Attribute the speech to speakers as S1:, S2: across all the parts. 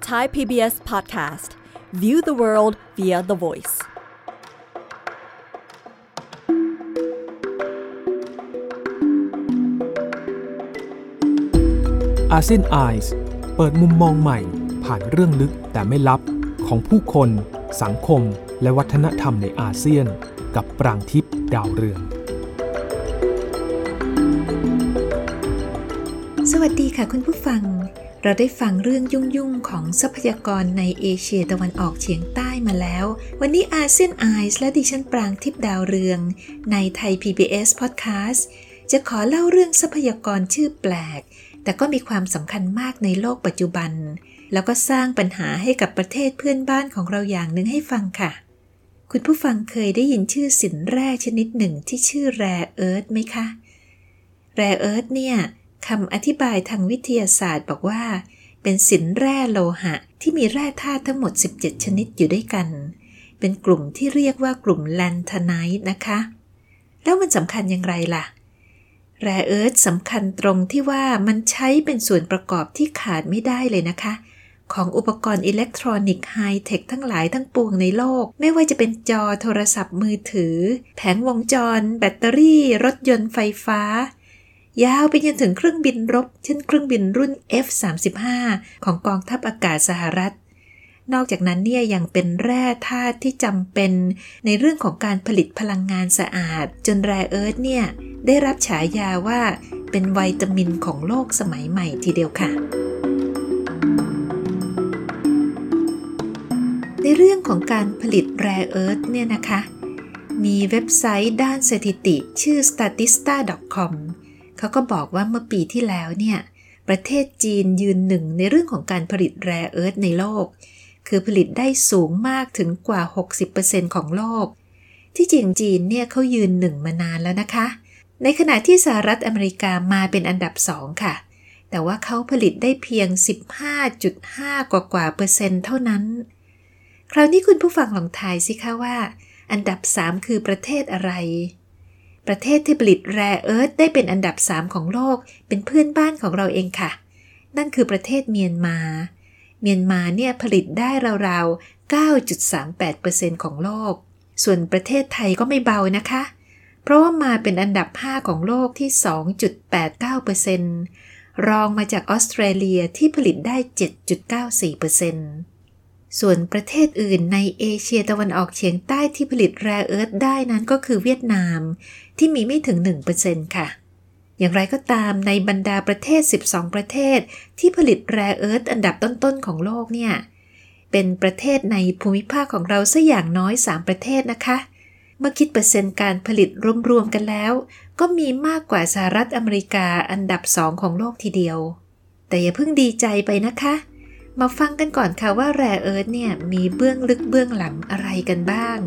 S1: Thai PBS podcast. View the world via the voice.
S2: ASEAN Eyes เปิดมุมมองใหม่ผ่านเรื่องลึกแต่ไม่ลับของผู้คนสังคมและวัฒนธรรมในอาเซียนกับปรางทิพย์ดาวเรือง
S3: สวัสดีค่ะคุณผู้ฟังเราได้ฟังเรื่องยุ่งๆของทรัพยากรในเอเชียตะวันออกเฉียงใต้มาแล้ววันนี้ ASEAN Eyes และดิฉันปรางทิพย์ดาวเรืองในไทย PBS Podcast จะขอเล่าเรื่องทรัพยากรชื่อแปลกแต่ก็มีความสำคัญมากในโลกปัจจุบันแล้วก็สร้างปัญหาให้กับประเทศเพื่อนบ้านของเราอย่างหนึ่งให้ฟังค่ะคุณผู้ฟังเคยได้ยินชื่อสินแร่ชนิดหนึ่งที่ชื่อ Rare Earth ไหมคะ Rare Earth เนี่ยคำอธิบายทางวิทยาศาสตร์บอกว่าเป็นสินแร่โลหะที่มีแร่ธาตุทั้งหมด17ชนิดอยู่ด้วยกันเป็นกลุ่มที่เรียกว่ากลุ่มแลนทาไนท์นะคะแล้วมันสำคัญอย่างไรล่ะ Rare Earth สำคัญตรงที่ว่ามันใช้เป็นส่วนประกอบที่ขาดไม่ได้เลยนะคะของอุปกรณ์อิเล็กทรอนิกส์ไฮเทคทั้งหลายทั้งปวงในโลกไม่ว่าจะเป็นจอโทรศัพท์มือถือแผงวงจรแบตเตอรี่รถยนต์ไฟฟ้ายาวไปจนถึงเครื่องบินรบเช่นเครื่องบินรุ่น F-35 ของกองทัพอากาศสหรัฐนอกจากนั้นเนี่ยยังเป็นแร่ธาตุที่จำเป็นในเรื่องของการผลิตพลังงานสะอาดจน Rare Earth เนี่ยได้รับฉายาว่าเป็นวิตามินของโลกสมัยใหม่ทีเดียวค่ะในเรื่องของการผลิต Rare Earth เนี่ยนะคะมีเว็บไซต์ด้านสถิติชื่อ statista.com เขาก็บอกว่าเมื่อปีที่แล้วเนี่ยประเทศจีนยืนหนึ่งในเรื่องของการผลิต Rare Earth ในโลกคือผลิตได้สูงมากถึงกว่า 60% ของโลกที่จริงจีนเนี่ยเขายืนหนึ่งมานานแล้วนะคะในขณะที่สหรัฐอเมริกามาเป็นอันดับ2ค่ะแต่ว่าเขาผลิตได้เพียง 15.5 กว่าเปอร์เซ็นต์เท่านั้นคราวนี้คุณผู้ฟังลองทายสิคะว่าอันดับ3คือประเทศอะไรประเทศที่ผลิต Rare Earth ได้เป็นอันดับ3ของโลกเป็นเพื่อนบ้านของเราเองค่ะนั่นคือประเทศเมียนมาเนี่ยผลิตได้ราวๆ 9.38% ของโลกส่วนประเทศไทยก็ไม่เบานะคะเพราะว่ามาเป็นอันดับ5ของโลกที่ 2.89% รองมาจากออสเตรเลียที่ผลิตได้ 7.94%ส่วนประเทศอื่นในเอเชียตะวันออกเฉียงใต้ที่ผลิต Rare Earth ได้นั้นก็คือเวียดนามที่มีไม่ถึง 1% ค่ะอย่างไรก็ตามในบรรดาประเทศ12ประเทศที่ผลิต Rare Earth อันดับต้นๆของโลกเนี่ยเป็นประเทศในภูมิภาคของเราซะอย่างน้อย3ประเทศนะคะเมื่อคิดเปอร์เซ็นต์การผลิตรวมๆกันแล้วก็มีมากกว่าสหรัฐอเมริกาอันดับ2ของโลกทีเดียวแต่อย่าเพิ่งดีใจไปนะคะมาฟังกันก่อนค่ะว่า Rare Earth เนี่ยมีเบื้องลึกเบื้องหลังอะไรกันบ้าง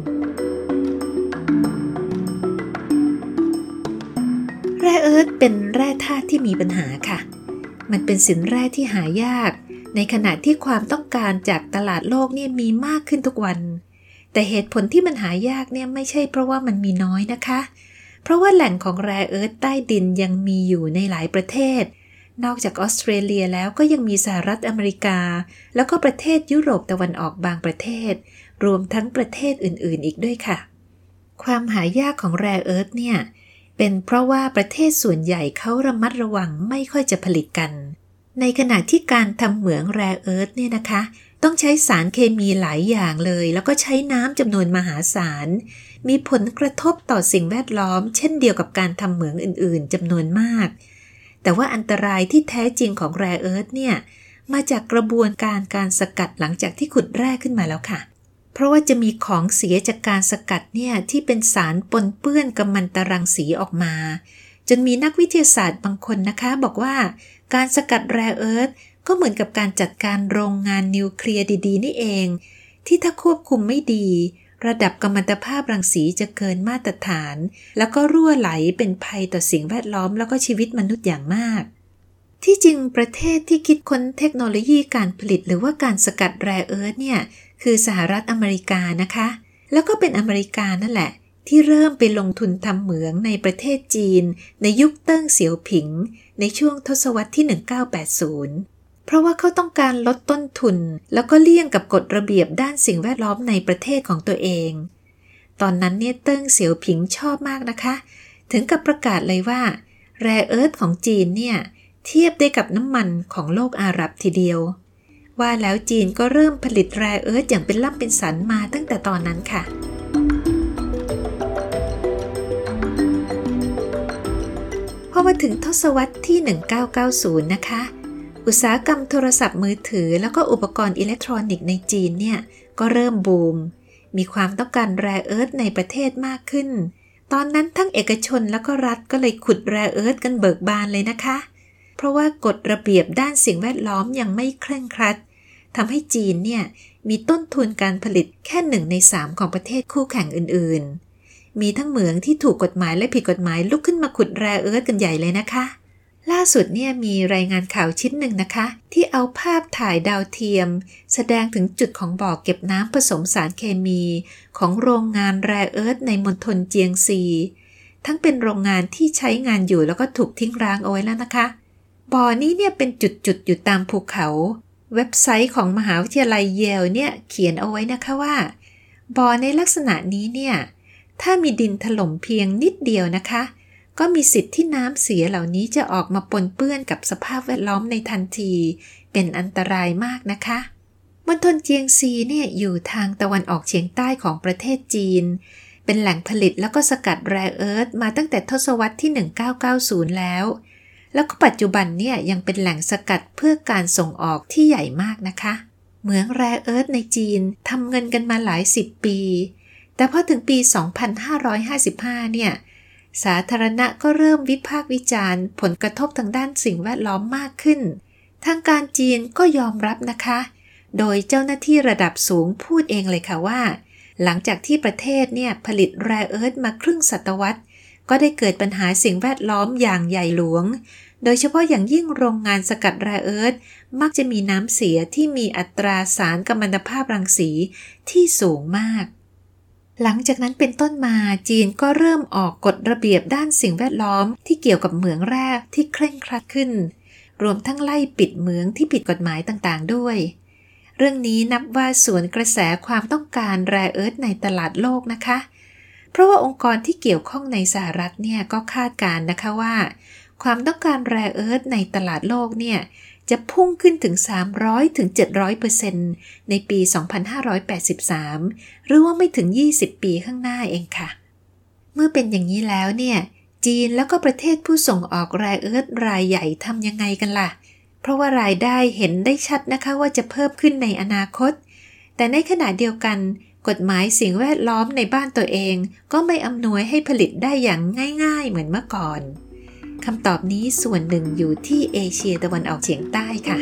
S3: Rare Earth เป็นแร่ธาตุที่มีปัญหาค่ะมันเป็นสินแร่ที่หายากในขณะที่ความต้องการจากตลาดโลกเนี่ยมีมากขึ้นทุกวันแต่เหตุผลที่มันหายากเนี่ยไม่ใช่เพราะว่ามันมีน้อยนะคะเพราะว่าแหล่งของ Rare Earth ใต้ดินยังมีอยู่ในหลายประเทศนอกจากออสเตรเลียแล้วก็ยังมีสหรัฐอเมริกาแล้วก็ประเทศยุโรปตะวันออกบางประเทศรวมทั้งประเทศอื่นๆอีกด้วยค่ะความหายากของ Rare Earth เนี่ยเป็นเพราะว่าประเทศส่วนใหญ่เขาระมัดระวังไม่ค่อยจะผลิตกันในขณะที่การทำเหมือง Rare Earth เนี่ยนะคะต้องใช้สารเคมีหลายอย่างเลยแล้วก็ใช้น้ำจำนวนมหาศาลมีผลกระทบต่อสิ่งแวดล้อมเช่นเดียวกับการทำเหมืองอื่นๆจำนวนมากแต่ว่าอันตรายที่แท้จริงของ Rare Earth เนี่ยมาจากกระบวนการสกัดหลังจากที่ขุดแร่ขึ้นมาแล้วค่ะเพราะว่าจะมีของเสียจากการสกัดเนี่ยที่เป็นสารปนเปื้อนกัมมันตรังสีออกมาจนมีนักวิทยาศาสตร์บางคนนะคะบอกว่าการสกัด Rare Earth ก็เหมือนกับการจัดการโรงงานนิวเคลียร์ดีๆนี่เองที่ถ้าควบคุมไม่ดีระดับกัมมันตภาพรังสีจะเกินมาตรฐานแล้วก็รั่วไหลเป็นภัยต่อสิ่งแวดล้อมแล้วก็ชีวิตมนุษย์อย่างมากที่จริงประเทศที่คิดค้นเทคโนโลยีการผลิตหรือว่าการสกัด Rare Earth เนี่ยคือสหรัฐอเมริกานะคะแล้วก็เป็นอเมริกานั่นแหละที่เริ่มไปลงทุนทำเหมืองในประเทศจีนในยุคเติ้งเสี่ยวผิงในช่วงทศวรรษที่1980 เพราะว่าเขาต้องการลดต้นทุนแล้วก็เลี่ยงกับกฎระเบียบด้านสิ่งแวดล้อมในประเทศของตัวเองตอนนั้นเนี่ยเติ้งเสี่ยวผิงชอบมากนะคะถึงกับประกาศเลยว่าแร่เอิร์ธของจีนเนี่ยเทียบได้กับน้ำมันของโลกอาหรับทีเดียวว่าแล้วจีนก็เริ่มผลิตแร่เอิร์ธอย่างเป็นล่ำเป็นสันมาตั้งแต่ตอนนั้นค่ะพอมาถึงทศวรรษที่1990นะคะอุตสาหกรรมโทรศัพท์มือถือแล้วก็อุปกรณ์อิเล็กทรอนิกส์ในจีนเนี่ยก็เริ่มบูมมีความต้องการแร่เอิร์ธในประเทศมากขึ้นตอนนั้นทั้งเอกชนแล้วก็รัฐก็เลยขุดแร่เอิร์ธกันเบิกบานเลยนะคะเพราะว่ากฎระเบียบด้านสิ่งแวดล้อมยังไม่เคร่งครัดทำให้จีนเนี่ยมีต้นทุนการผลิตแค่1 ใน 3ของประเทศคู่แข่งอื่นๆมีทั้งเหมืองที่ถูกกฎหมายและผิดกฎหมายลุกขึ้นมาขุดแร่เอิร์ธกันใหญ่เลยนะคะล่าสุดเนี่ยมีรายงานข่าวชิ้นหนึ่งนะคะที่เอาภาพถ่ายดาวเทียมแสดงถึงจุดของบ่อเก็บน้ำผสมสารเคมีของโรงงานแร่เอิร์ธในมณฑลเจียงซีทั้งเป็นโรงงานที่ใช้งานอยู่แล้วก็ถูกทิ้งร้างเอาไว้แล้วนะคะบ่อนี้เนี่ยเป็นจุดๆอยู่ตามภูเขาเว็บไซต์ของมหาวิทยาลัยเยลเนี่ยเขียนเอาไว้นะคะว่าบ่อในลักษณะนี้เนี่ยถ้ามีดินถล่มเพียงนิดเดียวนะคะก็มีสิทธิ์ที่น้ำเสียเหล่านี้จะออกมาปนเปื้อนกับสภาพแวดล้อมในทันทีเป็นอันตรายมากนะคะมณฑลเจียงซีเนี่ยอยู่ทางตะวันออกเฉียงใต้ของประเทศจีนเป็นแหล่งผลิตแล้วก็สกัดแร่เอิร์ธมาตั้งแต่ทศวรรษที่1990แล้วก็ปัจจุบันเนี่ยยังเป็นแหล่งสกัดเพื่อการส่งออกที่ใหญ่มากนะคะเหมืองแร่เอิร์ธในจีนทำเงินกันมาหลาย10 ปีแต่พอถึงปี 2555 เนี่ยสาธารณะก็เริ่มวิพากษ์วิจารณ์ผลกระทบทางด้านสิ่งแวดล้อมมากขึ้นทางการจีนก็ยอมรับนะคะโดยเจ้าหน้าที่ระดับสูงพูดเองเลยค่ะว่าหลังจากที่ประเทศเนี่ยผลิตแร่เอิร์ธมาครึ่งศตวรรษก็ได้เกิดปัญหาสิ่งแวดล้อมอย่างใหญ่หลวงโดยเฉพาะอย่างยิ่งโรงงานสกัดแร่เอิร์ธมักจะมีน้ำเสียที่มีอัตราสารกัมมันตภาพรังสีที่สูงมากหลังจากนั้นเป็นต้นมาจีนก็เริ่มออกกฎระเบียบด้านสิ่งแวดล้อมที่เกี่ยวกับเหมืองแร่ที่เคร่งครัดขึ้นรวมทั้งไล่ปิดเหมืองที่ผิดกฎหมายต่างๆด้วยเรื่องนี้นับว่าสวนกระแสความต้องการแร่เอิร์ธในตลาดโลกนะคะเพราะว่าองค์กรที่เกี่ยวข้องในสหรัฐเนี่ยก็คาดการณ์นะคะว่าความต้องการแร่เอิร์ธในตลาดโลกเนี่ยจะพุ่งขึ้นถึง 300-700% ในปี 2583 หรือว่าไม่ถึง 20 ปีข้างหน้าเองค่ะเมื่อเป็นอย่างนี้แล้วเนี่ยจีนแล้วก็ประเทศผู้ส่งออกแร่เอิร์ธรายใหญ่ทำยังไงกันล่ะเพราะว่ารายได้เห็นได้ชัดนะคะว่าจะเพิ่มขึ้นในอนาคตแต่ในขณะเดียวกันกฎหมายสิ่งแวดล้อมในบ้านตัวเองก็ไม่อำนวยให้ผลิตได้อย่างง่ายๆเหมือนเมื่อก่อนคำตอบนี้ส่วนหนึ่งอยู่ที่เอเชียตะวันออกเฉียงใต้ค่ะ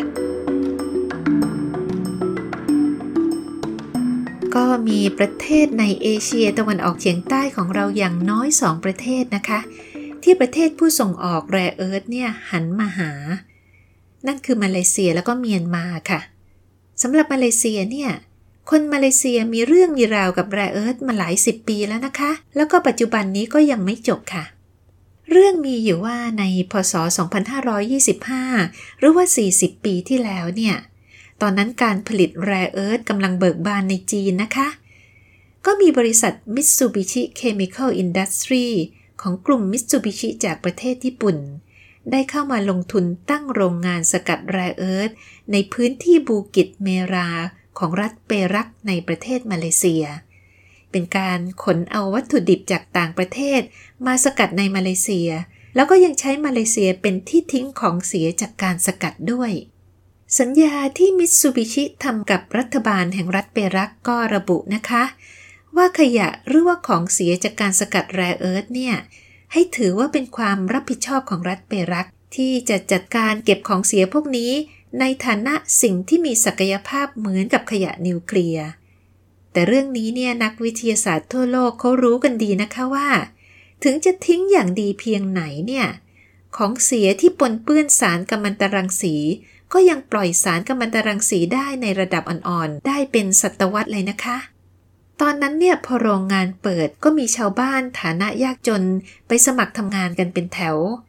S3: ก็มีประเทศในเอเชียตะวันออกเฉียงใต้ของเราอย่างน้อย2ประเทศนะคะที่ประเทศผู้ส่งออกแร่เอิร์ธเนี่ยหันมาหานั่นคือมาเลเซียแล้วก็เมียนมาค่ะสำหรับมาเลเซียเนี่ยคนมาเลเซียมีเรื่องมีราวกับแร่เอิร์ธมาหลาย10 ปีแล้วนะคะแล้วก็ปัจจุบันนี้ก็ยังไม่จบค่ะเรื่องมีอยู่ว่าในพ.ศ. 2525 หรือว่า40 ปีที่แล้วเนี่ยตอนนั้นการผลิตแร่เอิร์ธกำลังเบิกบานในจีนนะคะก็มีบริษัท Mitsubishi Chemical Industry ของกลุ่ม Mitsubishi จากประเทศญี่ปุ่นได้เข้ามาลงทุนตั้งโรงงานสกัดแร่เอิร์ธในพื้นที่บูกิตเมราของรัฐเปรักในประเทศมาเลเซียเป็นการขนเอาวัตถุดิบจากต่างประเทศมาสกัดในมาเลเซียแล้วก็ยังใช้มาเลเซียเป็นที่ทิ้งของเสียจากการสกัดด้วยสัญญาที่มิตซูบิชิทำกับรัฐบาลแห่งรัฐเปรักก็ระบุนะคะว่าขยะหรือว่าของเสียจากการสกัดแร่เอิร์ธเนี่ยให้ถือว่าเป็นความรับผิดชอบของรัฐเปรักที่จะจัดการเก็บของเสียพวกนี้ในฐานะสิ่งที่มีศักยภาพเหมือนกับขยะนิวเคลียร์แต่เรื่องนี้เนี่ยนักวิทยาศาสตร์ทั่วโลกเขารู้กันดีนะคะว่าถึงจะทิ้งอย่างดีเพียงไหนเนี่ยของเสียที่ปนเปื้อนสารกัมมันตรังสีก็ยังปล่อยสารกัมมันตรังสีได้ในระดับอ่อนๆได้เป็นศตวรรษเลยนะคะตอนนั้นเนี่ยพอโรงงานเปิดก็มีชาวบ้านฐานะยากจนไปสมัครทำงานกันเป็นแถว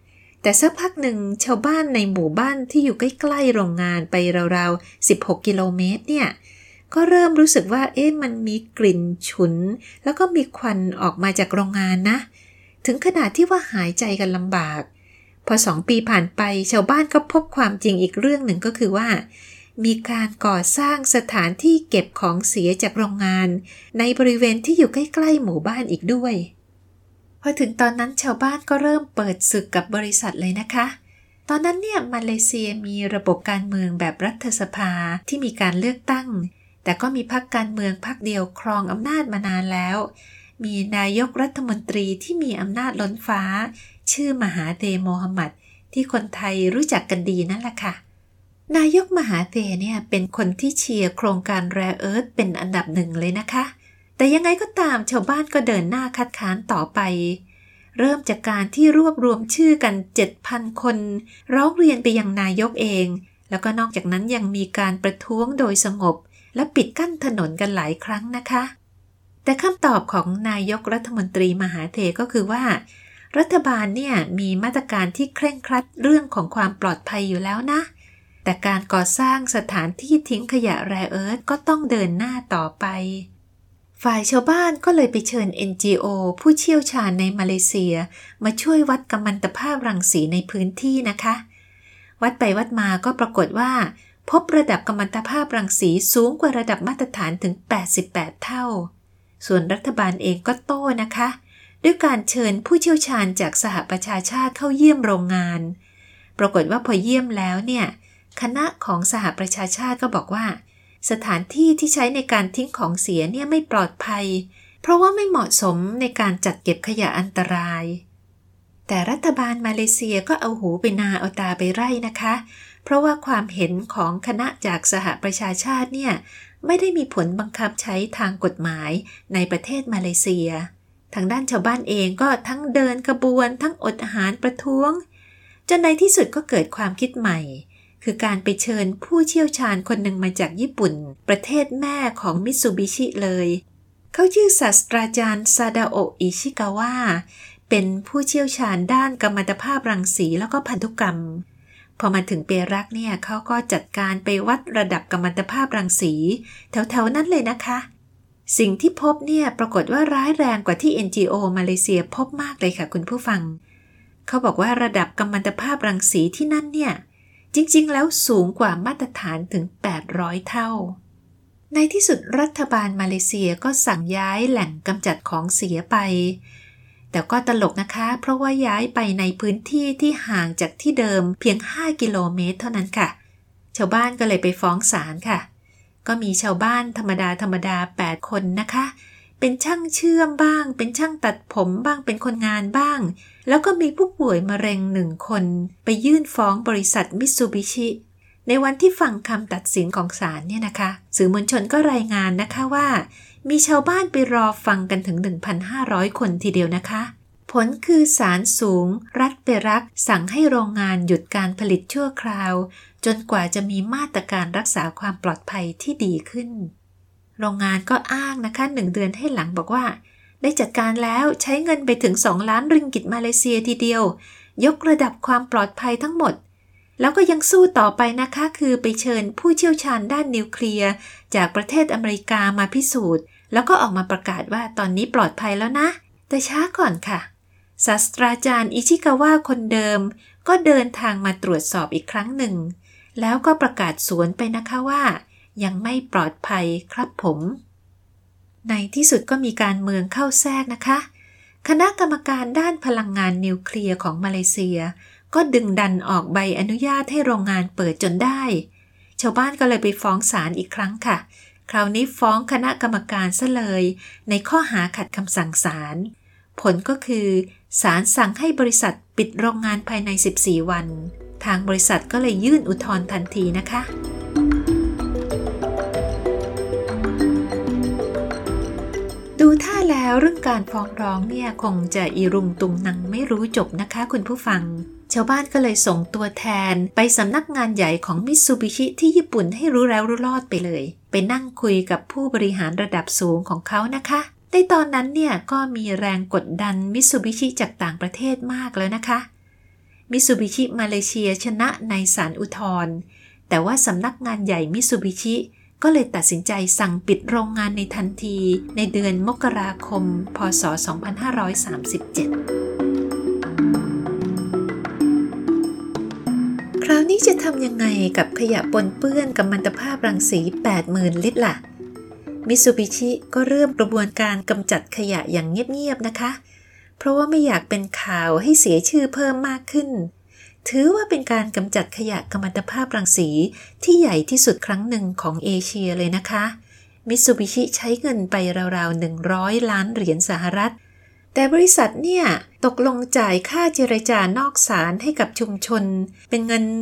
S3: แต่สักพักหนึ่งชาวบ้านในหมู่บ้านที่อยู่ใกล้ๆโรงงานไปราวๆ16 กิโลเมตรเนี่ยก็เริ่มรู้สึกว่ามันมีกลิ่นฉุนแล้วก็มีควันออกมาจากโรงงานนะถึงขนาดที่ว่าหายใจกันลำบากพอ2 ปีผ่านไปชาวบ้านก็พบความจริงอีกเรื่องหนึ่งก็คือว่ามีการก่อสร้างสถานที่เก็บของเสียจากโรงงานในบริเวณที่อยู่ใกล้ๆหมู่บ้านอีกด้วยพอถึงตอนนั้นชาวบ้านก็เริ่มเปิดศึกกับบริษัทเลยนะคะตอนนั้นเนี่ยมาเลเซียมีระบบการเมืองแบบรัฐสภาที่มีการเลือกตั้งแต่ก็มีพรรคการเมืองพรรคเดียวครองอำนาจมานานแล้วมีนายกรัฐมนตรีที่มีอำนาจล้นฟ้าชื่อมหาเทโมฮัมหมัดที่คนไทยรู้จักกันดีนั่นแหละค่ะนายกมหาเทเนี่ยเป็นคนที่เชียร์โครงการแรร์เอิร์ธเป็นอันดับหนึ่งเลยนะคะแต่ยังไงก็ตามชาวบ้านก็เดินหน้าคัดค้านต่อไปเริ่มจากการที่รวบรวมชื่อกัน 7,000 คนร้องเรียนไปยังนายกเองแล้วก็นอกจากนั้นยังมีการประท้วงโดยสงบและปิดกั้นถนนกันหลายครั้งนะคะแต่คำตอบของนายกรัฐมนตรีมหาเทก็คือว่ารัฐบาลเนี่ยมีมาตรการที่เคร่งครัดเรื่องของความปลอดภัยอยู่แล้วนะแต่การก่อสร้างสถานที่ทิ้งขยะแรร์เอิร์ธก็ต้องเดินหน้าต่อไปฝ่ายชาวบ้านก็เลยไปเชิญ NGO ผู้เชี่ยวชาญในมาเลเซียมาช่วยวัดกัมมันตภาพรังสีในพื้นที่นะคะวัดไปวัดมาก็ปรากฏว่าพบระดับกัมมันตภาพรังสีสูงกว่าระดับมาตรฐานถึง88 เท่าส่วนรัฐบาลเองก็โต้นะคะด้วยการเชิญผู้เชี่ยวชาญจากสหประชาชาติเข้าเยี่ยมโรงงานปรากฏว่าพอเยี่ยมแล้วเนี่ยคณะของสหประชาชาติก็บอกว่าสถานที่ที่ใช้ในการทิ้งของเสียเนี่ยไม่ปลอดภัยเพราะว่าไม่เหมาะสมในการจัดเก็บขยะอันตรายแต่รัฐบาลมาเลเซียก็เอาหูไปนาเอาตาไปไร่นะคะเพราะว่าความเห็นของคณะจากสหประชาชาติเนี่ยไม่ได้มีผลบังคับใช้ทางกฎหมายในประเทศมาเลเซียทางด้านชาวบ้านเองก็ทั้งเดินขบวนทั้งอดอาหารประท้วงจนในที่สุดก็เกิดความคิดใหม่คือการไปเชิญผู้เชี่ยวชาญคนหนึ่งมาจากญี่ปุ่นประเทศแม่ของมิตซูบิชิเลยเขาชื่อศาสตราจารย์ซาดาโอะอิชิกาวะเป็นผู้เชี่ยวชาญด้านกัมมันตภาพรังสีแล้วก็พันธุกรรมพอมาถึงเปรักเนี่ยเขาก็จัดการไปวัดระดับกัมมันตภาพรังสีแถวๆนั้นเลยนะคะสิ่งที่พบเนี่ยปรากฏว่าร้ายแรงกว่าที่ NGO มาเลเซียพบมากเลยค่ะคุณผู้ฟังเขาบอกว่าระดับกัมมันตภาพรังสีที่นั่นเนี่ยจริงๆแล้วสูงกว่ามาตรฐานถึง800 เท่าในที่สุดรัฐบาลมาเลเซียก็สั่งย้ายแหล่งกำจัดของเสียไปแต่ก็ตลกนะคะเพราะว่าย้ายไปในพื้นที่ที่ห่างจากที่เดิมเพียง5 กิโลเมตรเท่านั้นค่ะชาวบ้านก็เลยไปฟ้องศาลค่ะก็มีชาวบ้านธรรมดา8 คนนะคะเป็นช่างเชื่อมบ้างเป็นช่างตัดผมบ้างเป็นคนงานบ้างแล้วก็มีผู้ป่วยมะเร็ง1 คนไปยื่นฟ้องบริษัทมิตซูบิชิในวันที่ฟังคำตัดสินของศาลเนี่ยนะคะสื่อมวลชนก็รายงานนะคะว่ามีชาวบ้านไปรอฟังกันถึง 1,500 คนทีเดียวนะคะผลคือศาลสูงรัฐเปรักสั่งให้โรงงานหยุดการผลิตชั่วคราวจนกว่าจะมีมาตรการรักษาความปลอดภัยที่ดีขึ้นโรงงานก็อ้างนะคะ1 เดือนให้หลังบอกว่าได้จัดการแล้วใช้เงินไปถึง2 ล้านริงกิตมาเลเซียทีเดียวยกระดับความปลอดภัยทั้งหมดแล้วก็ยังสู้ต่อไปนะคะคือไปเชิญผู้เชี่ยวชาญด้านนิวเคลียร์จากประเทศอเมริกามาพิสูจน์แล้วก็ออกมาประกาศว่าตอนนี้ปลอดภัยแล้วนะแต่ช้าก่อนค่ะศาสตราจารย์อิชิกาวะคนเดิมก็เดินทางมาตรวจสอบอีกครั้งหนึ่งแล้วก็ประกาศสวนไปนะคะว่ายังไม่ปลอดภัยครับผมในที่สุดก็มีการเมืองเข้าแทรกนะคะคณะกรรมการด้านพลังงานนิวเคลียร์ของมาเลเซียก็ดึงดันออกใบอนุญาตให้โรงงานเปิดจนได้ชาวบ้านก็เลยไปฟ้องศาลอีกครั้งค่ะคราวนี้ฟ้องคณะกรรมการซะเลยในข้อหาขัดคำสั่งศาลผลก็คือศาลสั่งให้บริษัทปิดโรงงานภายใน14 วันทางบริษัทก็เลยยื่นอุทธรณ์ทันทีนะคะดูท่าแล้วเรื่องการฟ้องร้องเนี่ยคงจะอีรุงตุงนังไม่รู้จบนะคะคุณผู้ฟังชาวบ้านก็เลยส่งตัวแทนไปสำนักงานใหญ่ของมิตซูบิชิที่ญี่ปุ่นให้รู้แล้วรู้รอดไปเลยไปนั่งคุยกับผู้บริหารระดับสูงของเขานะคะในตอนนั้นเนี่ยก็มีแรงกดดันมิตซูบิชิจากต่างประเทศมากแล้วนะคะมิตซูบิชิมาเลเซียชนะในศาลอุทธรณ์แต่ว่าสำนักงานใหญ่มิตซูบิชิก็เลยตัดสินใจสั่งปิดโรงงานในทันทีในเดือนมกราคม พ.ศ. 2537 คราวนี้จะทำยังไงกับขยะปนเปื้อนกัมมันตภาพรังสี 80,000 ลิตรล่ะมิตซูบิชิก็เริ่มกระบวนการกำจัดขยะอย่างเงียบๆนะคะเพราะว่าไม่อยากเป็นข่าวให้เสียชื่อเพิ่มมากขึ้นถือว่าเป็นการกำจัดขยะกัมมันตภาพรังสีที่ใหญ่ที่สุดครั้งหนึ่งของเอเชียเลยนะคะมิตซูบิชิใช้เงินไปราวๆ100 ล้านเหรียญสหรัฐแต่บริษัทเนี่ยตกลงจ่ายค่าเจรจานอกศาลให้กับชุมชนเป็นเงิน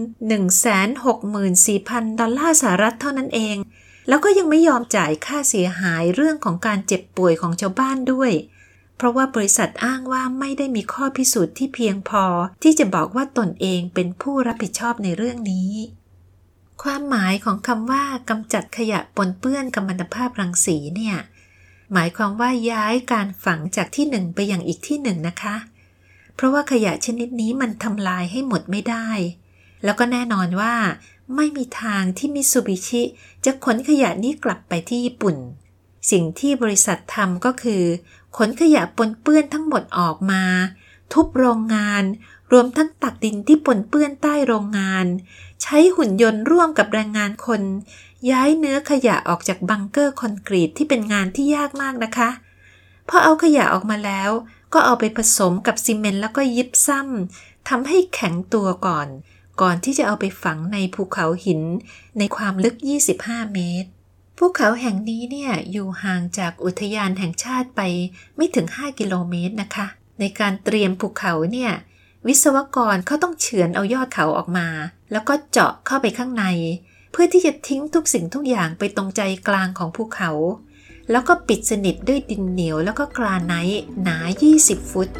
S3: 164,000 ดอลลาร์สหรัฐเท่านั้นเองแล้วก็ยังไม่ยอมจ่ายค่าเสียหายเรื่องของการเจ็บป่วยของชาวบ้านด้วยเพราะว่าบริษัทอ้างว่าไม่ได้มีข้อพิสูจน์ที่เพียงพอที่จะบอกว่าตนเองเป็นผู้รับผิดชอบในเรื่องนี้ความหมายของคำว่ากำจัดขยะปนเปื้อนกัมมันตภาพรังสีเนี่ยหมายความว่าย้ายการฝังจากที่หนึ่งไปยังอีกที่หนึ่งนะคะเพราะว่าขยะชนิดนี้มันทำลายให้หมดไม่ได้แล้วก็แน่นอนว่าไม่มีทางที่มิตซูบิชิจะขนขยะนี้กลับไปที่ญี่ปุ่นสิ่งที่บริษัททำก็คือขนขยะปนเปื้อนทั้งหมดออกมาทุบโรงงานรวมทั้งตักดินที่ปนเปื้อนใต้โรงงานใช้หุ่นยนต์ร่วมกับแรงงานคนย้ายเนื้อขยะออกจากบังเกอร์คอนกรีตที่เป็นงานที่ยากมากนะคะพอเอาขยะออกมาแล้วก็เอาไปผสมกับซีเมนต์แล้วก็ยิปซัมทำให้แข็งตัวก่อนที่จะเอาไปฝังในภูเขาหินในความลึก25 เมตรภูเขาแห่งนี้เนี่ยอยู่ห่างจากอุทยานแห่งชาติไปไม่ถึง5 กิโลเมตรนะคะในการเตรียมภูเขาเนี่ยวิศวกรเขาต้องเฉือนเอายอดเขาออกมาแล้วก็เจาะเข้าไปข้างในเพื่อที่จะทิ้งทุกสิ่งทุกอย่างไปตรงใจกลางของภูเขาแล้วก็ปิดสนิทด้วยดินเหนียวแล้วก็กราไนท์หนา20 ฟุต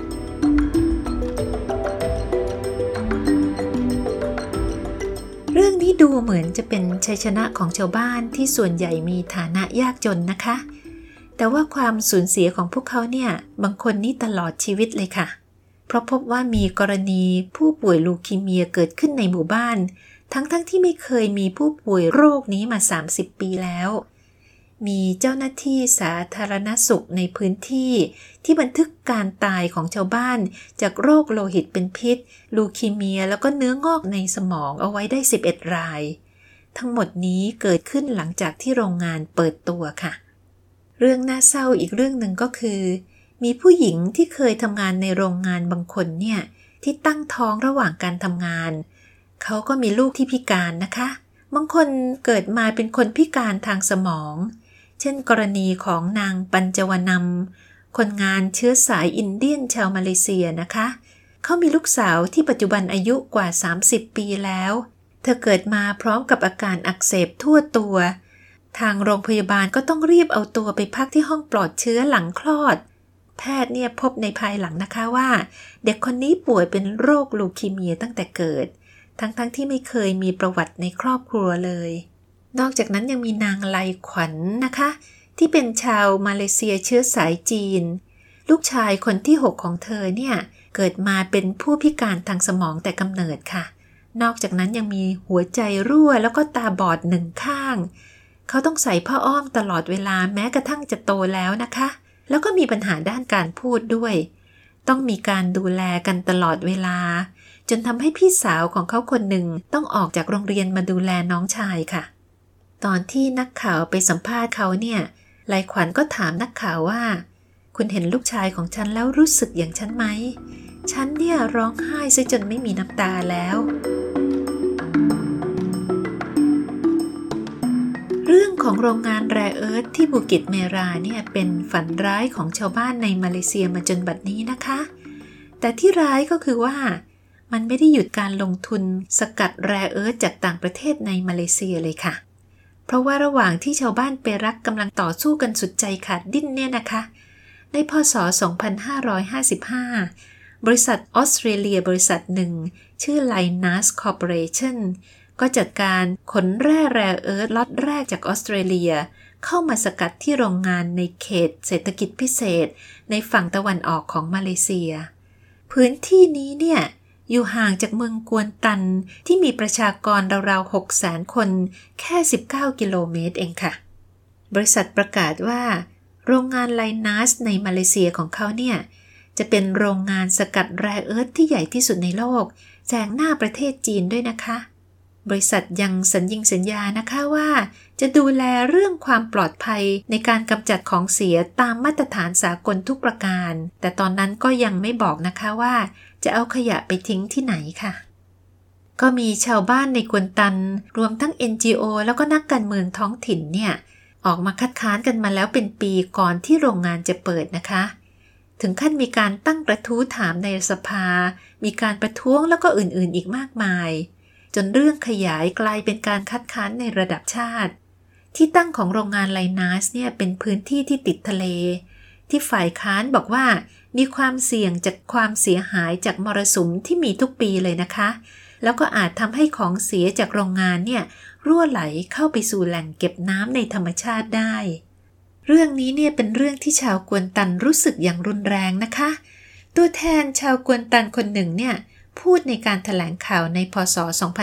S3: เรื่องนี้ดูเหมือนจะเป็นชัยชนะของชาวบ้านที่ส่วนใหญ่มีฐานะยากจนนะคะแต่ว่าความสูญเสียของพวกเขาเนี่ยบางคนนี่ตลอดชีวิตเลยค่ะเพราะพบว่ามีกรณีผู้ป่วยลูคีเมียเกิดขึ้นในหมู่บ้านทั้งที่ไม่เคยมีผู้ป่วยโรคนี้มา30 ปีแล้วมีเจ้าหน้าที่สาธารณสุขในพื้นที่ที่บันทึกการตายของชาวบ้านจากโรคโลหิตเป็นพิษลูคีเมียแล้วก็เนื้องอกในสมองเอาไว้ได้11 รายทั้งหมดนี้เกิดขึ้นหลังจากที่โรงงานเปิดตัวค่ะเรื่องน่าเศร้าอีกเรื่องหนึ่งก็คือมีผู้หญิงที่เคยทำงานในโรงงานบางคนเนี่ยที่ตั้งท้องระหว่างการทำงานเขาก็มีลูกที่พิการนะคะบางคนเกิดมาเป็นคนพิการทางสมองเช่นกรณีของนางปัญจวรรณคนงานเชื้อสายอินเดียนชาวมาเลเซียนะคะเขามีลูกสาวที่ปัจจุบันอายุกว่า30 ปีแล้วเธอเกิดมาพร้อมกับอาการอักเสบทั่วตัวทางโรงพยาบาลก็ต้องรีบเอาตัวไปพักที่ห้องปลอดเชื้อหลังคลอดแพทย์เนี่ยพบในภายหลังนะคะว่าเด็กคนนี้ป่วยเป็นโรคลูคีเมียตั้งแต่เกิดทั้งที่ไม่เคยมีประวัติในครอบครัวเลยนอกจากนั้นยังมีนางไลขวัญ นะคะที่เป็นชาวมาเลเซียเชื้อสายจีนลูกชายคนที่6ของเธอเนี่ยเกิดมาเป็นผู้พิการทางสมองแต่กำเนิดค่ะนอกจากนั้นยังมีหัวใจรั่วแล้วก็ตาบอด1 ข้างเขาต้องใส่ผ้าอ้อมตลอดเวลาแม้กระทั่งจะโตแล้วนะคะแล้วก็มีปัญหาด้านการพูดด้วยต้องมีการดูแลกันตลอดเวลาจนทำให้พี่สาวของเขาคนหนึ่งต้องออกจากโรงเรียนมาดูแลน้องชายค่ะตอนที่นักข่าวไปสัมภาษณ์เขาเนี่ยไลขวัญก็ถามนักข่าวว่าคุณเห็นลูกชายของฉันแล้วรู้สึกอย่างฉันไหมฉันเนี่ยร้องไห้ซะจนไม่มีน้ำตาแล้วเรื่องของโรงงานแร่เอิร์ธที่บูกิตเมราเนี่ยเป็นฝันร้ายของชาวบ้านในมาเลเซียมาจนบัดนี้นะคะแต่ที่ร้ายก็คือว่ามันไม่ได้หยุดการลงทุนสกัดแร่เอิร์ธจากต่างประเทศในมาเลเซียเลยค่ะเพราะว่าระหว่างที่ชาวบ้านเปรักกำลังต่อสู้กันสุดใจขาดดิ้นเนี่ยนะคะในพ.ศ. 2555บริษัทออสเตรเลียบริษัทหนึ่งชื่อ Lynas Corporation ก็จัดการขนแร่เอิร์ธล็อตแรกจากออสเตรเลียเข้ามาสกัดที่โรงงานในเขตเศรษฐกิจพิเศษในฝั่งตะวันออกของมาเลเซียพื้นที่นี้เนี่ยอยู่ห่างจากเมืองกวนตันที่มีประชากรราวๆ 600,000 คนแค่19 กิโลเมตรเองค่ะบริษัทประกาศว่าโรงงานไลนัสในมาเลเซียของเขาเนี่ยจะเป็นโรงงานสกัดแร่เอิร์ธที่ใหญ่ที่สุดในโลกแซงหน้าประเทศจีนด้วยนะคะบริษัทยังสัญญานะคะว่าจะดูแลเรื่องความปลอดภัยในการกำจัดของเสียตามมาตรฐานสากลทุกประการแต่ตอนนั้นก็ยังไม่บอกนะคะว่าจะเอาขยะไปทิ้งที่ไหนค่ะก็มีชาวบ้านในกวนตันรวมทั้ง NGO แล้วก็นักการเมืองท้องถิ่นเนี่ยออกมาคัดค้านกันมาแล้วเป็นปีก่อนที่โรงงานจะเปิดนะคะถึงขั้นมีการตั้งกระทู้ถามในสภามีการประท้วงแล้วก็อื่นๆอีกมากมายจนเรื่องขยายกลายเป็นการคัดค้านในระดับชาติที่ตั้งของโรงงานไลนัสเนี่ยเป็นพื้นที่ที่ติดทะเลที่ฝ่ายค้านบอกว่ามีความเสี่ยงจากความเสียหายจากมรสุมที่มีทุกปีเลยนะคะแล้วก็อาจทำให้ของเสียจากโรงงานเนี่ยรั่วไหลเข้าไปสู่แหล่งเก็บน้ำในธรรมชาติได้เรื่องนี้เนี่ยเป็นเรื่องที่ชาวกวนตันรู้สึกอย่างรุนแรงนะคะตัวแทนชาวกวนตันคนหนึ่งเนี่ยพูดในการแถลงข่าวในพ.ศ.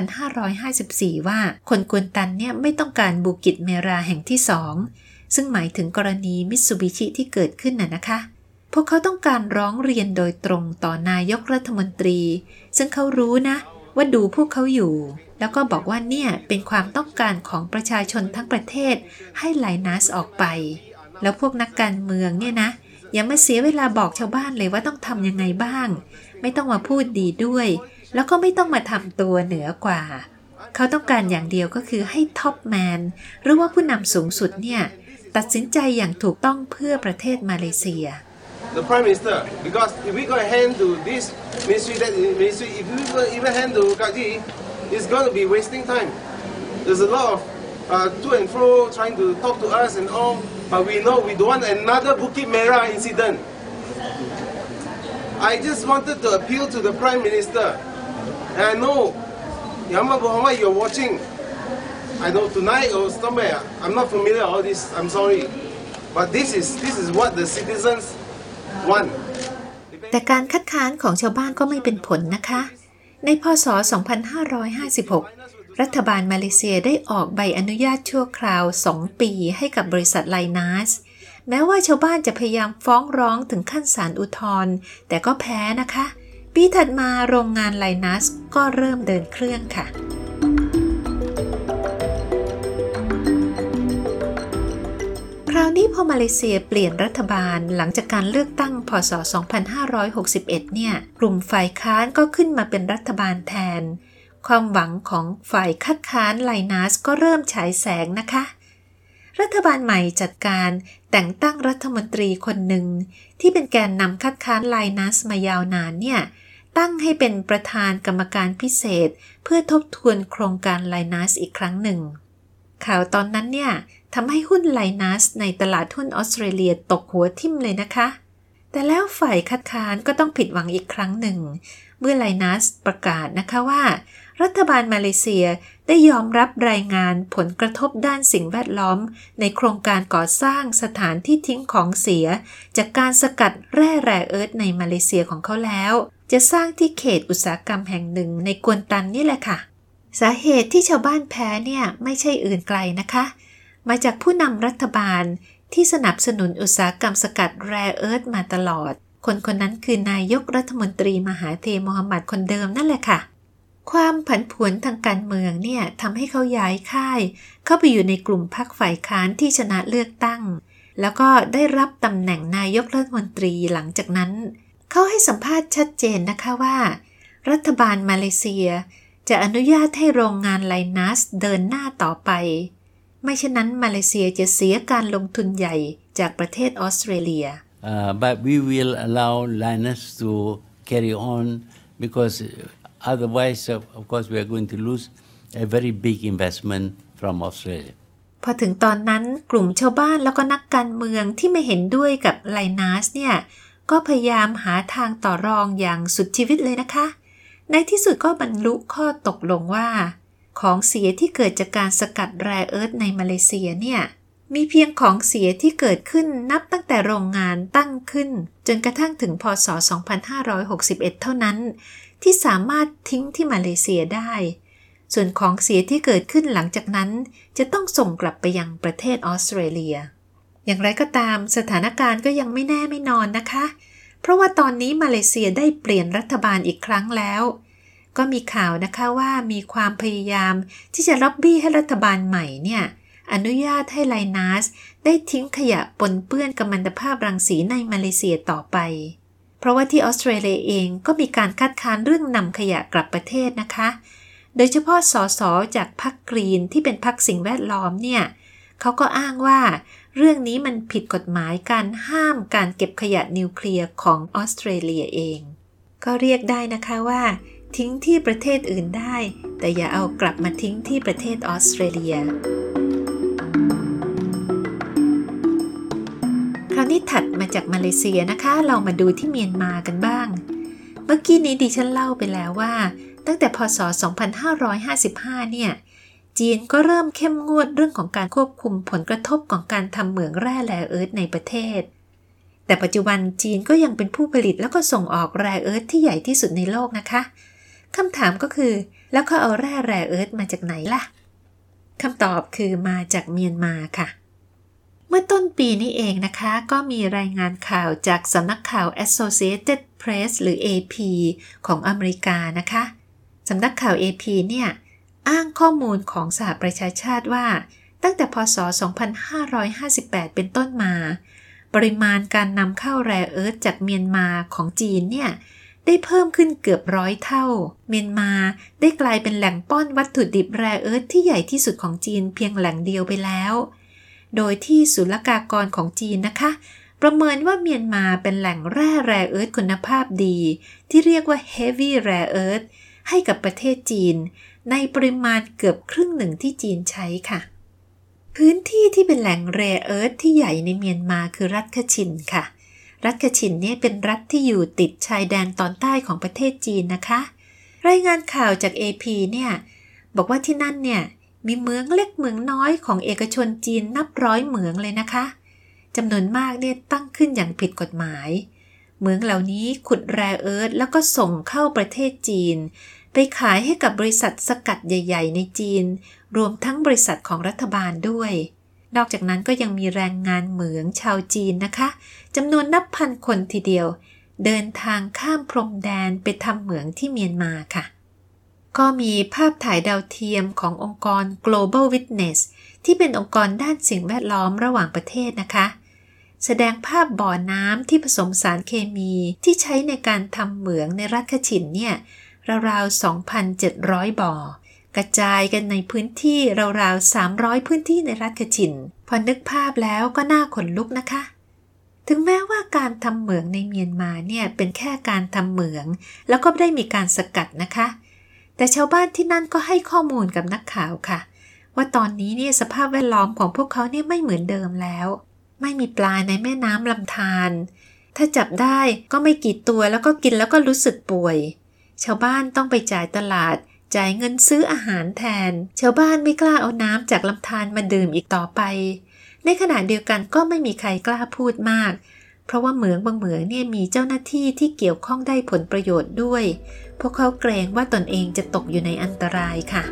S3: 2554 ว่าคนกวนตันเนี่ยไม่ต้องการบูกิตเมราแห่งที่2ซึ่งหมายถึงกรณีมิตซูบิชิที่เกิดขึ้นนะคะพวกเขาต้องการร้องเรียนโดยตรงต่อนายกรัฐมนตรีซึ่งเขารู้นะว่าดูพวกเขาอยู่แล้วก็บอกว่าเนี่ยเป็นความต้องการของประชาชนทั้งประเทศให้ไลนัสออกไปแล้วพวกนักการเมืองเนี่ยนะอย่ามาเสียเวลาบอกชาวบ้านเลยว่าต้องทำยังไงบ้างไม่ต้องมาพูดดีด้วยแล้วก็ไม่ต้องมาทำตัวเหนือกว่าเขาต้องการอย่างเดียวก็คือให้ท็อปแมนหรือว่าผู้นำสูงสุดเนี่ยตัดสินใจอย่างถูกต้องเพื่อประเทศมาเลเซีย
S4: The Prime Minister, because if we go hand to this ministry, that ministry, if we go even hand to Kaji, it's going to be wasting time. There's a lot of to and fro trying to talk to us and all, but we know we don't want another Bukit Merah incident. I just wanted to appeal to the Prime Minister, and I know, Yama Muhammad, you're watching. I know tonight or somewhere. I'm not familiar with all this. I'm sorry, but this is what the citizens.
S3: แต่การคัดค้านของชาวบ้านก็ไม่เป็นผลนะคะในพ.ศ. 2556 รัฐบาลมาเลเซียได้ออกใบอนุญาตชั่วคราว2 ปีให้กับบริษัทไลนัสแม้ว่าชาวบ้านจะพยายามฟ้องร้องถึงขั้นศาลอุทธรณ์แต่ก็แพ้นะคะปีถัดมาโรงงานไลนัสก็เริ่มเดินเครื่องค่ะคราวนี้พอมาเลเซียเปลี่ยนรัฐบาลหลังจากการเลือกตั้งพ.ศ. 2561 เนี่ยกลุ่มฝ่ายค้านก็ขึ้นมาเป็นรัฐบาลแทนความหวังของฝ่ายคัดค้านไลนัสก็เริ่มฉายแสงนะคะรัฐบาลใหม่จัดการแต่งตั้งรัฐมนตรีคนหนึ่งที่เป็นแกนนำคัดค้านไลนัสมายาวนานเนี่ยตั้งให้เป็นประธานกรรมการพิเศษเพื่อทบทวนโครงการไลนัสอีกครั้งหนึ่งข่าวตอนนั้นเนี่ยทำให้หุ้นไลนัสในตลาดหุ้นออสเตรเลียตกหัวทิ่มเลยนะคะแต่แล้วฝ่ายคัดค้านก็ต้องผิดหวังอีกครั้งหนึ่งเมื่อไลนัสประกาศนะคะว่ารัฐบาลมาเลเซียได้ยอมรับรายงานผลกระทบด้านสิ่งแวดล้อมในโครงการก่อสร้างสถานที่ทิ้งของเสียจากการสกัดแร่แรเอิร์ธในมาเลเซียของเขาแล้วจะสร้างที่เขตอุตสาหกรรมแห่งหนึ่งในกวนตันนี่แหละค่ะสาเหตุที่ชาวบ้านแพ้เนี่ยไม่ใช่อื่นไกลนะคะมาจากผู้นำรัฐบาลที่สนับสนุนอุตสาหกรรมสกัดแร่เอิร์ธมาตลอดคนนั้นคือนายกรัฐมนตรีมหาเทโมฮัมหมัดคนเดิมนั่นแหละค่ะความผันผวนทางการเมืองเนี่ยทำให้เขาย้ายค่ายเข้าไปอยู่ในกลุ่มพรรคฝ่ายค้านที่ชนะเลือกตั้งแล้วก็ได้รับตำแหน่งนายกรัฐมนตรีหลังจากนั้นเขาให้สัมภาษณ์ชัดเจนนะคะว่ารัฐบาลมาเลเซียจะอนุญาตให้โรงงานไลนัสเดินหน้าต่อไปไม่เช่นนั้นมาเลเซียจะเสียการลงทุนใหญ่จากประเทศออสเตรเลีย
S5: But we will allow Linus to carry on because otherwise, of course, we are going to lose a very big investment from Australia.
S3: พอถึงตอนนั้นกลุ่มชาวบ้านแล้วก็นักการเมืองที่ไม่เห็นด้วยกับไลนัสเนี่ยก็พยายามหาทางต่อรองอย่างสุดชีวิตเลยนะคะในที่สุดก็บรรลุข้อตกลงว่าของเสียที่เกิดจากการสกัดแร่เอิร์ธในมาเลเซียเนี่ยมีเพียงของเสียที่เกิดขึ้นนับตั้งแต่โรงงานตั้งขึ้นจนกระทั่งถึงพ.ศ. 2561 เท่านั้นที่สามารถทิ้งที่มาเลเซียได้ส่วนของเสียที่เกิดขึ้นหลังจากนั้นจะต้องส่งกลับไปยังประเทศออสเตรเลียอย่างไรก็ตามสถานการณ์ก็ยังไม่แน่ไม่นอนนะคะเพราะว่าตอนนี้มาเลเซียได้เปลี่ยนรัฐบาลอีกครั้งแล้วก็มีข่าวนะคะว่ามีความพยายามที่จะล็อบบี้ให้รัฐบาลใหม่เนี่ยอนุญาตให้ไลนัสได้ทิ้งขยะปนเปื้อนกัมมันตภาพรังสีในมาเลเซียต่อไปเพราะว่าที่ออสเตรเลียเองก็มีการคัดค้านเรื่องนำขยะกลับประเทศนะคะโดยเฉพาะสสจากพรรคกรีนที่เป็นพรรคสิ่งแวดล้อมเนี่ยเขาก็อ้างว่าเรื่องนี้มันผิดกฎหมายการห้ามการเก็บขยะนิวเคลียร์ของออสเตรเลียเองก็เรียกได้นะคะว่าทิ้งที่ประเทศอื่นได้แต่อย่าเอากลับมาทิ้งที่ประเทศออสเตรเลียคราวนี้ถัดมาจากมาเลเซียนะคะเรามาดูที่เมียนมากันบ้างเมื่อกี้นี้ดิฉันเล่าไปแล้วว่าตั้งแต่พ.ศ. 2555เนี่ยจีนก็เริ่มเข้มงวดเรื่องของการควบคุมผลกระทบของการทำเหมืองแร่แรเอิร์ธในประเทศแต่ปัจจุบันจีนก็ยังเป็นผู้ผลิตแล้วก็ส่งออกแรเอิร์ธที่ใหญ่ที่สุดในโลกนะคะคำถามก็คือแล้วเขาเอาแร่แรเอิร์ธมาจากไหนล่ะคำตอบคือมาจากเมียนมาค่ะเมื่อต้นปีนี้เองนะคะก็มีรายงานข่าวจากสำนักข่าว Associated Press หรือ AP ของอเมริกานะคะสำนักข่าว AP เนี่ยอ้างข้อมูลของสหประชาชาติว่าตั้งแต่พ.ศ. 2558 เป็นต้นมาปริมาณการนำเข้าแรเอิร์ธจากเมียนมาของจีนเนี่ยได้เพิ่มขึ้นเกือบ100 เท่าเมียนมาได้กลายเป็นแหล่งป้อนวัตถุดิบแรเอิร์ธที่ใหญ่ที่สุดของจีนเพียงแหล่งเดียวไปแล้วโดยที่ศุลกากรของจีนนะคะประเมินว่าเมียนมาเป็นแหล่งแร่แรเอิร์ธคุณภาพดีที่เรียกว่า heavy rare earth ให้กับประเทศจีนในปริมาณเกือบครึ่งหนึ่งที่จีนใช้ค่ะพื้นที่ที่เป็นแหล่งแรเอิร์ธที่ใหญ่ในเมียนมาคือรัฐคชินค่ะรัฐคชินเนี่ยเป็นรัฐที่อยู่ติดชายแดนตอนใต้ของประเทศจีนนะคะรายงานข่าวจาก AP เนี่ยบอกว่าที่นั่นเนี่ยมีเหมืองเล็กเหมืองน้อยของเอกชนจีนนับร้อยเหมืองเลยนะคะจำนวนมากเนี่ยตั้งขึ้นอย่างผิดกฎหมายเหมืองเหล่านี้ขุดแรเอิร์ธแล้วก็ส่งเข้าประเทศจีนไปขายให้กับบริษัทสกัดใหญ่ๆในจีนรวมทั้งบริษัทของรัฐบาลด้วยนอกจากนั้นก็ยังมีแรงงานเหมืองชาวจีนนะคะจำนวนนับพันคนทีเดียวเดินทางข้ามพรมแดนไปทำเหมืองที่เมียนมาค่ะก็มีภาพถ่ายดาวเทียมขององค์กร Global Witness ที่เป็นองค์กรด้านสิ่งแวดล้อมระหว่างประเทศนะคะแสดงภาพบ่อน้ำที่ผสมสารเคมีที่ใช้ในการทำเหมืองในรัฐคชินเนี่ยราวๆ 2,700 บ่อกระจายกันในพื้นที่ราวๆ 300 พื้นที่ในรัฐคชินพอนึกภาพแล้วก็น่าขนลุกนะคะถึงแม้ว่าการทำเหมืองในเมียนมาเนี่ยเป็นแค่การทำเหมืองแล้วก็ไม่ได้มีการสกัดนะคะแต่ชาวบ้านที่นั่นก็ให้ข้อมูลกับนักข่าวค่ะว่าตอนนี้เนี่ยสภาพแวดล้อมของพวกเขาเนี่ยไม่เหมือนเดิมแล้วไม่มีปลาในแม่น้ำลำธารถ้าจับได้ก็ไม่กี่ตัวแล้วก็กินแล้วก็รู้สึกป่วยชาวบ้านต้องไปจ่ายตลาดจ่ายเงินซื้ออาหารแทนชาวบ้านไม่กล้าเอาน้ำจากลำธารมาดื่มอีกต่อไปในขณะเดียวกันก็ไม่มีใครกล้าพูดมากเพราะว่าเหมืองบางเหมืองเนี่ยมีเจ้าหน้าที่ที่เกี่ยวข้องได้ผลประโยชน์ด้วยพวกเขาเกรงว่าตนเองจะตกอยู่ในอันตรายค่ะ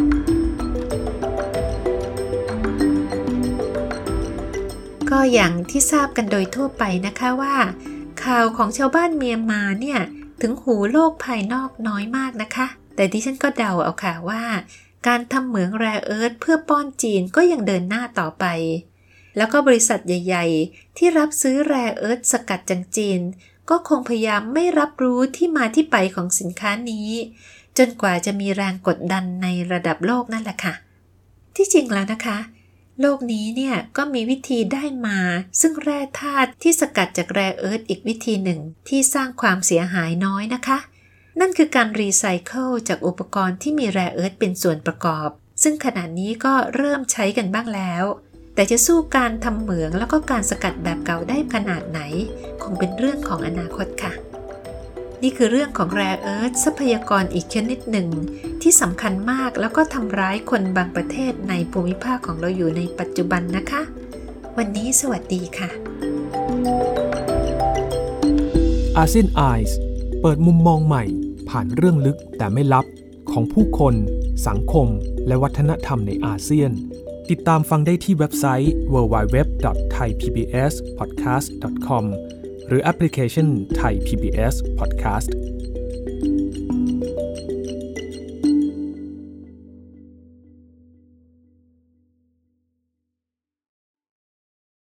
S3: ก็อย่างที่ทราบกันโดยทั่วไปนะคะว่าข่าวของชาวบ้านเมียนมาเนี่ยถึงหูโลกภายนอกน้อยมากนะคะแต่ดิฉันก็เดาเอาค่ะว่าการทำเหมืองแรเอิร์ธเพื่อป้อนจีนก็ยังเดินหน้าต่อไปแล้วก็บริษัทใหญ่ๆที่รับซื้อแรเอิร์ธสกัดจากจีนก็คงพยายามไม่รับรู้ที่มาที่ไปของสินค้านี้จนกว่าจะมีแรงกดดันในระดับโลกนั่นแหละค่ะที่จริงแล้วนะคะโลกนี้เนี่ยก็มีวิธีได้มาซึ่งแร่ธาตุที่สกัดจากแรเอิร์ธอีกวิธีหนึ่งที่สร้างความเสียหายน้อยนะคะนั่นคือการรีไซเคิลจากอุปกรณ์ที่มีแรเอิร์ธเป็นส่วนประกอบซึ่งขณะนี้ก็เริ่มใช้กันบ้างแล้วแต่จะสู้การทำเหมืองแล้วก็การสกัดแบบเก่าได้ขนาดไหนคงเป็นเรื่องของอนาคตค่ะนี่คือเรื่องของแรเอิร์ธทรัพยากรอีกชนิดหนึ่งที่สำคัญมากแล้วก็ทำร้ายคนบางประเทศในภูมิภาคของเราอยู่ในปัจจุบันนะคะวันนี้สวัสดีค่ะ
S2: ASEAN Eyes เปิดมุมมองใหม่ผผ่านเรื่องลึกแต่ไม่ลับของผู้คนสังคมและวัฒนธรรมในอาเซียนติดตามฟังได้ที่เว็บไซต์ www.thaipbspodcast.com หรือแอปพลิเคชัน Thai PBS Podcast